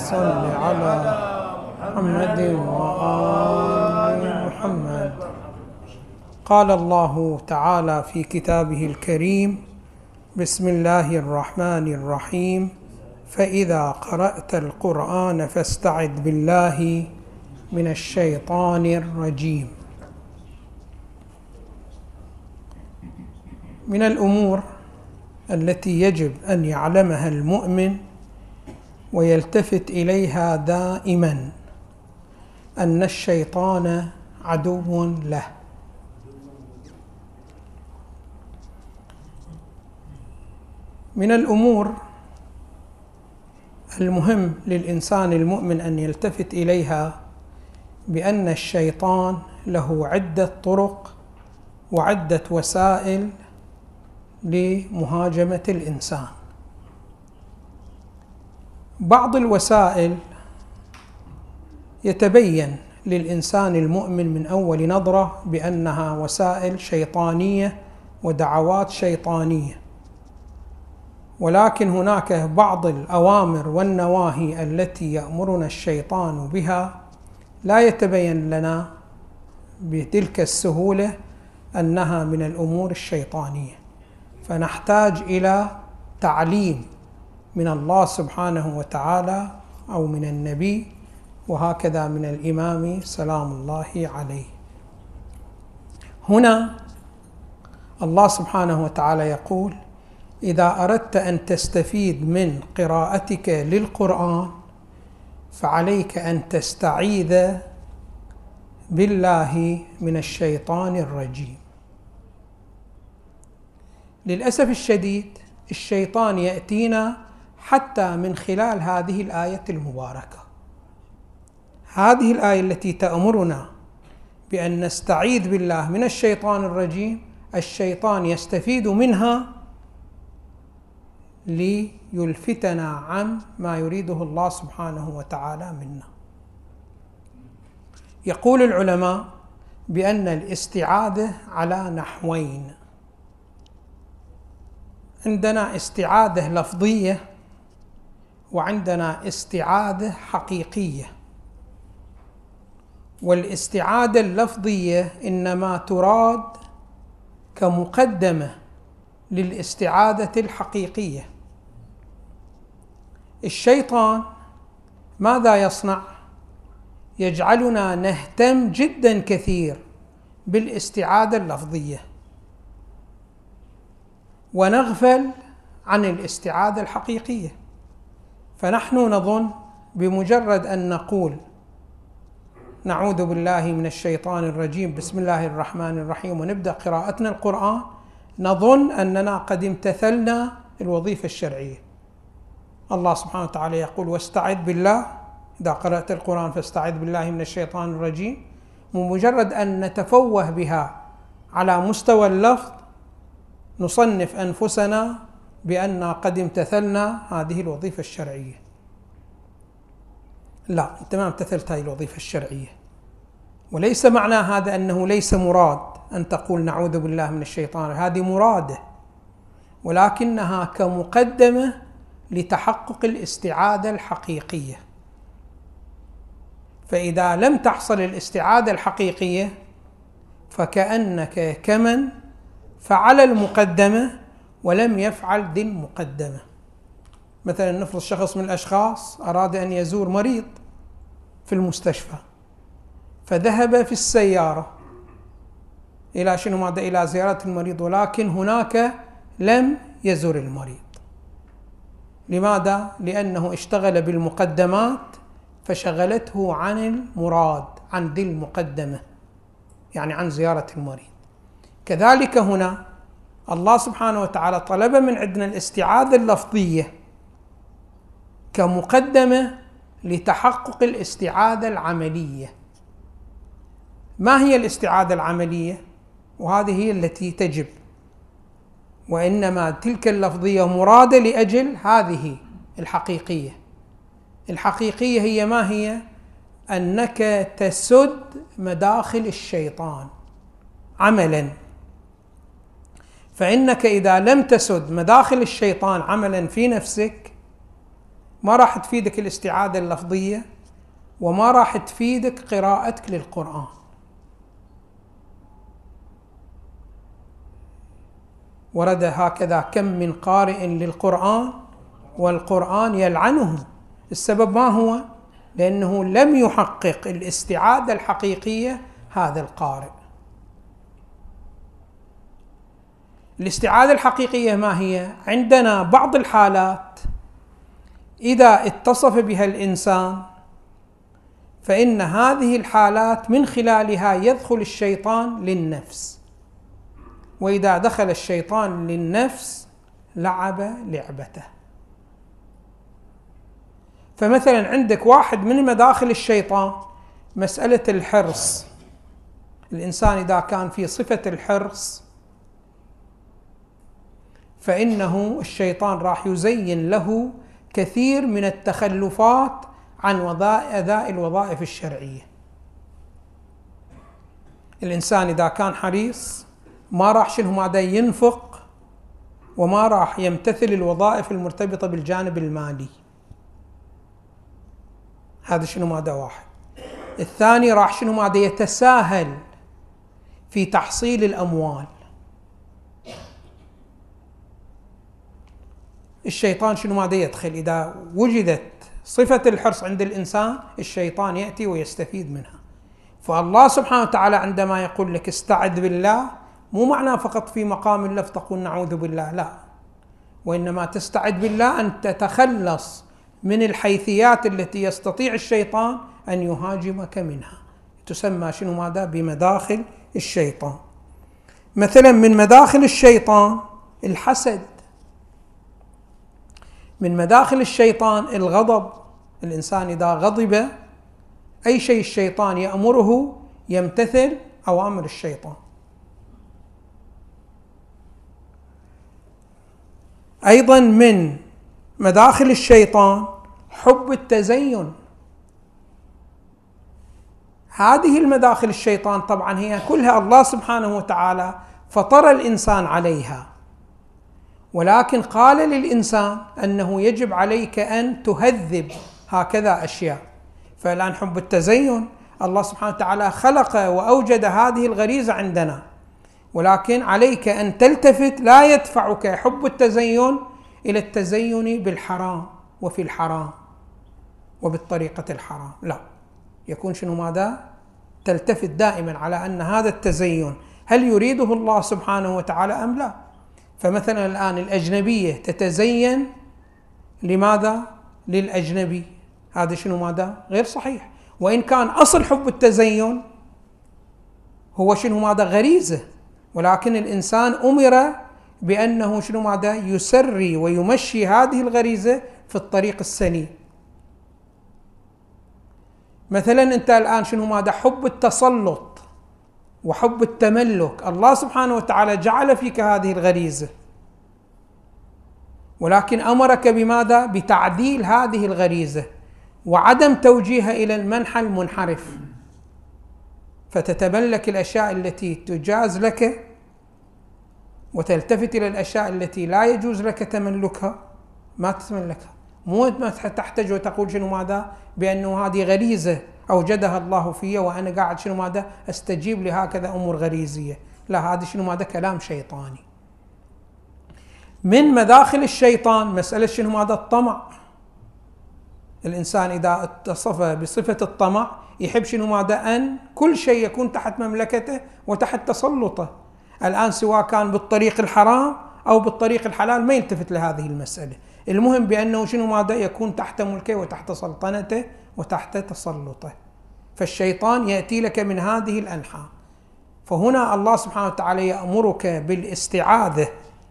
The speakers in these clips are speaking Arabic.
صل على محمد وآل محمد. قال الله تعالى في كتابه الكريم: بسم الله الرحمن الرحيم. فإذا قرأت القرآن فاستعذ بالله من الشيطان الرجيم. من الأمور التي يجب أن يعلمها المؤمن ويلتفت إليها دائما أن الشيطان عدو له. من الأمور المهم للإنسان المؤمن أن يلتفت إليها بأن الشيطان له عدة طرق وعدة وسائل لمهاجمة الإنسان. بعض الوسائل يتبين للإنسان المؤمن من أول نظرة بأنها وسائل شيطانية ودعوات شيطانية، ولكن هناك بعض الأوامر والنواهي التي يأمرنا الشيطان بها لا يتبين لنا بتلك السهولة أنها من الأمور الشيطانية، فنحتاج إلى تعليم من الله سبحانه وتعالى أو من النبي وهكذا من الإمام سلام الله عليه. هنا الله سبحانه وتعالى يقول: إذا أردت أن تستفيد من قراءتك للقرآن فعليك أن تستعيذ بالله من الشيطان الرجيم. للأسف الشديد الشيطان يأتينا حتى من خلال هذه الآية المباركة. هذه الآية التي تأمرنا بأن نستعيذ بالله من الشيطان الرجيم، الشيطان يستفيد منها ليلفتنا عن ما يريده الله سبحانه وتعالى منا. يقول العلماء بأن الاستعاذة على نحوين: عندنا استعاذة لفظية وعندنا استعاذة حقيقية. والاستعاذة اللفظية إنما تراد كمقدمة للاستعاذة الحقيقية. الشيطان ماذا يصنع؟ يجعلنا نهتم جدا كثير بالاستعاذة اللفظية ونغفل عن الاستعاذة الحقيقية، فنحن نظن بمجرد أن نقول نعوذ بالله من الشيطان الرجيم بسم الله الرحمن الرحيم ونبدأ قراءتنا القرآن نظن أننا قد امتثلنا الوظيفة الشرعية. الله سبحانه وتعالى يقول: واستعذ بالله، إذا قرأت القرآن فاستعذ بالله من الشيطان الرجيم. بمجرد أن نتفوه بها على مستوى اللفظ نصنف أنفسنا بأن قد امتثلنا هذه الوظيفة الشرعية. لا، أنت ما امتثلت هذه الوظيفة الشرعية، وليس معنى هذا أنه ليس مراد أن تقول نعوذ بالله من الشيطان، هذه مرادة، ولكنها كمقدمة لتحقق الاستعاذة الحقيقية. فإذا لم تحصل الاستعاذة الحقيقية فكأنك كمن فعل المقدمة ولم يفعل ذي المقدمة. مثلا نفرض شخص من الأشخاص أراد أن يزور مريض في المستشفى، فذهب في السيارة إلى شنو ماذا؟ إلى زيارة المريض، ولكن هناك لم يزور المريض. لماذا؟ لأنه اشتغل بالمقدمات فشغلته عن المراد، عن ذي المقدمة، يعني عن زيارة المريض. كذلك هنا الله سبحانه وتعالى طلب من عندنا الاستعاذة اللفظية كمقدمة لتحقق الاستعاذة العملية. ما هي الاستعاذة العملية؟ وهذه هي التي تجب، وإنما تلك اللفظية مرادة لأجل هذه الحقيقية. الحقيقية هي ما هي؟ أنك تسد مداخل الشيطان عملا. فإنك إذا لم تسد مداخل الشيطان عملا في نفسك ما راح تفيدك الاستعادة اللفظية، وما راح تفيدك قراءتك للقرآن. ورد هكذا: كم من قارئ للقرآن والقرآن يلعنه. السبب ما هو؟ لأنه لم يحقق الاستعادة الحقيقية هذا القارئ. الاستعادة الحقيقية ما هي؟ عندنا بعض الحالات إذا اتصف بها الإنسان فإن هذه الحالات من خلالها يدخل الشيطان للنفس، وإذا دخل الشيطان للنفس لعب لعبته. فمثلا عندك واحد من مداخل الشيطان مسألة الحرص. الإنسان إذا كان في صفة الحرص فإنه الشيطان راح يزين له كثير من التخلفات عن أداء الوظائف الشرعية. الإنسان إذا كان حريص ما راح شنو ماذا ينفق، وما راح يمتثل الوظائف المرتبطة بالجانب المالي. هذا شنو ماذا واحد. الثاني راح شنو ماذا يتساهل في تحصيل الأموال. الشيطان شنو ماذا يدخل؟ إذا وجدت صفة الحرص عند الإنسان الشيطان يأتي ويستفيد منها. فالله سبحانه وتعالى عندما يقول لك استعذ بالله مو معناه فقط في مقام اللفظ تقول نعوذ بالله، لا، وإنما تستعذ بالله أن تتخلص من الحيثيات التي يستطيع الشيطان أن يهاجمك منها. تسمى شنو ماذا؟ بمداخل الشيطان. مثلا من مداخل الشيطان الحسد، من مداخل الشيطان الغضب. الإنسان إذا غضب أي شيء الشيطان يأمره يمتثل أوامر الشيطان. أيضا من مداخل الشيطان حب التزين. هذه المداخل الشيطان طبعا هي كلها الله سبحانه وتعالى فطر الإنسان عليها، ولكن قال للإنسان أنه يجب عليك أن تهذب هكذا أشياء. فالآن حب التزين الله سبحانه وتعالى خلق وأوجد هذه الغريزة عندنا، ولكن عليك أن تلتفت. لا يدفعك حب التزين إلى التزين بالحرام وفي الحرام وبالطريقة الحرام، لا، يكون شنو ماذا؟ تلتفت دائما على أن هذا التزين هل يريده الله سبحانه وتعالى أم لا. فمثلا الآن الأجنبية تتزين لماذا؟ للأجنبي، هذا شنو ماذا؟ غير صحيح. وإن كان أصل حب التزين هو شنو ماذا؟ غريزة، ولكن الإنسان أمر بأنه شنو ماذا؟ يسري ويمشي هذه الغريزة في الطريق السليم. مثلا أنت الآن شنو ماذا؟ حب التسلط وحب التملك، الله سبحانه وتعالى جعل فيك هذه الغريزة، ولكن أمرك بماذا؟ بتعديل هذه الغريزة وعدم توجيهها إلى المنحى المنحرف، فتتملك الأشياء التي تجاز لك وتلتفت إلى الأشياء التي لا يجوز لك تملكها، ما تتملكها. مو ما تحتاج وتقول شنو ماذا؟ بأنه هذه غريزة أوجدها الله في وأنا قاعد شنو ماذا؟ أستجيب لهكذا أمور غريزية، لا، هذا شنو ماذا؟ كلام شيطاني. من مداخل الشيطان مسألة شنو ماذا؟ الطمع. الإنسان إذا اتصف بصفة الطمع يحب شنو ماذا؟ أن كل شيء يكون تحت مملكته وتحت تسلطه. الآن سواء كان بالطريق الحرام أو بالطريق الحلال ما يلتفت لهذه المسألة، المهم بأنه شنو ماذا؟ يكون تحت ملكه وتحت سلطنته وتحت تسلطه. فالشيطان يأتي لك من هذه الأنحاء. فهنا الله سبحانه وتعالى يأمرك بالاستعاذة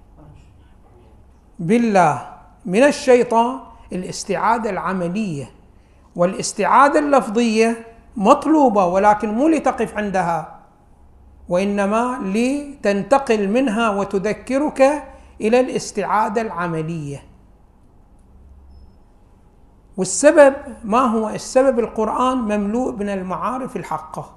بالله من الشيطان، الاستعاذة العملية، والاستعاذة اللفظية مطلوبة ولكن مو لتقف عندها، وإنما لتنتقل منها وتذكرك إلى الاستعاذة العملية. والسبب ما هو؟ السبب القرآن مملوء من المعارف الحقة،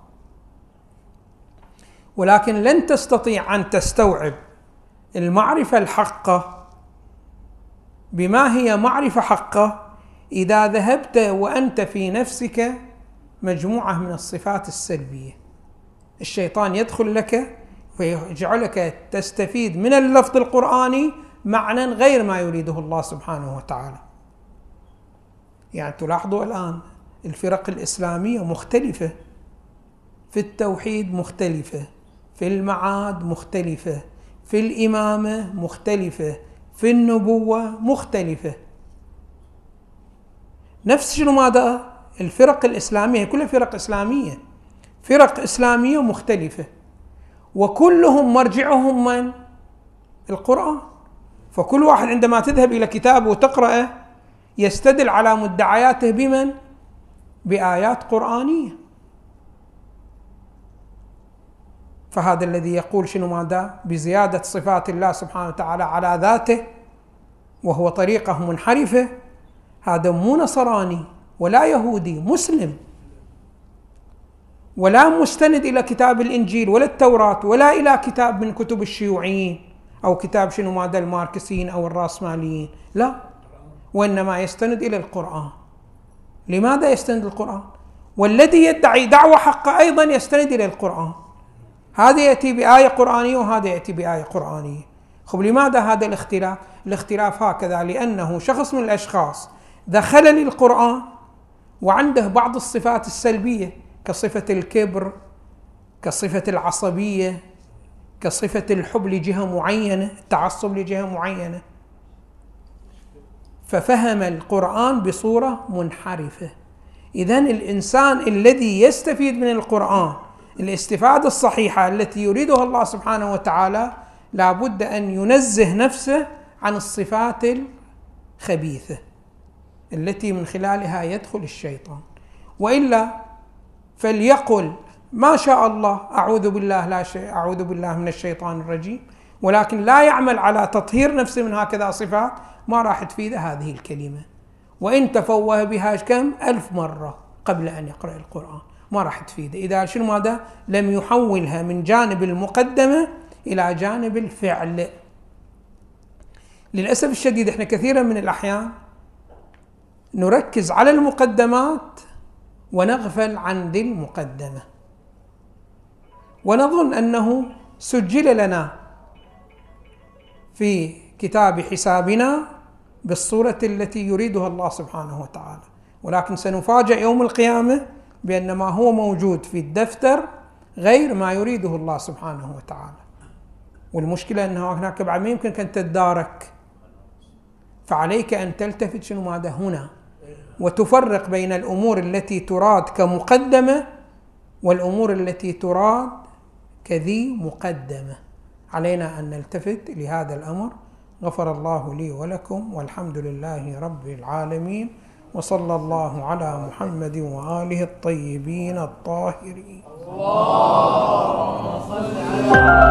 ولكن لن تستطيع أن تستوعب المعرفة الحقة بما هي معرفة حقة إذا ذهبت وأنت في نفسك مجموعة من الصفات السلبية، الشيطان يدخل لك ويجعلك تستفيد من اللفظ القرآني معنى غير ما يريده الله سبحانه وتعالى. يعني تلاحظوا الآن الفرق الإسلامية مختلفة، في التوحيد مختلفة، في المعاد مختلفة، في الإمامة مختلفة، في النبوة مختلفة. نفس شنو ماذا؟ الفرق الإسلامية كلها فرق إسلامية، فرق إسلامية مختلفة، وكلهم مرجعهم من؟ القرآن. فكل واحد عندما تذهب إلى كتابه وتقرأه يستدل على مدعياته بمن؟ بآيات قرآنية. فهذا الذي يقول شنو ماذا؟ بزيادة صفات الله سبحانه وتعالى على ذاته وهو طريقة منحرفة، هذا مو نصراني ولا يهودي، مسلم، ولا مستند إلى كتاب الإنجيل ولا التوراة ولا إلى كتاب من كتب الشيوعيين أو كتاب شنو ماذا الماركسيين أو الراسماليين، لا، وإنما يستند إلى القرآن. لماذا يستند القرآن؟ والذي يدعي دعوة حقه أيضا يستند إلى القرآن، هذا يأتي بآية قرآنية وهذا يأتي بآية قرآنية. خب لماذا هذا الاختلاف؟ الاختلاف هكذا لأنه شخص من الأشخاص دخل للقرآن وعنده بعض الصفات السلبية كصفة الكبر، كصفة العصبية، كصفة الحب لجهة معينة، التعصب لجهة معينة، ففهم القرآن بصورة منحرفة. إذن الإنسان الذي يستفيد من القرآن الاستفادة الصحيحة التي يريدها الله سبحانه وتعالى لا بد أن ينزه نفسه عن الصفات الخبيثة التي من خلالها يدخل الشيطان. وإلا فليقل ما شاء الله أعوذ بالله لا شيء أعوذ بالله من الشيطان الرجيم، ولكن لا يعمل على تطهير نفسه من هكذا صفات، ما راح تفيده هذه الكلمة، وإن تفوه بها كم 1000 مرة قبل أن يقرأ القرآن ما راح تفيده. إذا شنو ماذا؟ لم يحولها من جانب المقدمة إلى جانب الفعل. للأسف الشديد احنا كثيرا من الأحيان نركز على المقدمات ونغفل عن ذي المقدمة، ونظن أنه سجل لنا في كتاب حسابنا بالصورة التي يريدها الله سبحانه وتعالى، ولكن سنفاجأ يوم القيامة بأن ما هو موجود في الدفتر غير ما يريده الله سبحانه وتعالى. والمشكلة أنه هناك بعد ما يمكن أن تتدارك، فعليك أن تلتفت شنو ماذا هنا وتفرق بين الأمور التي تراد كمقدمة والأمور التي تراد كذي مقدمة. علينا أن نلتفت لهذا الأمر. غفر الله لي ولكم، والحمد لله رب العالمين، وصلى الله على محمد وآله الطيبين الطاهرين. اللهم صل على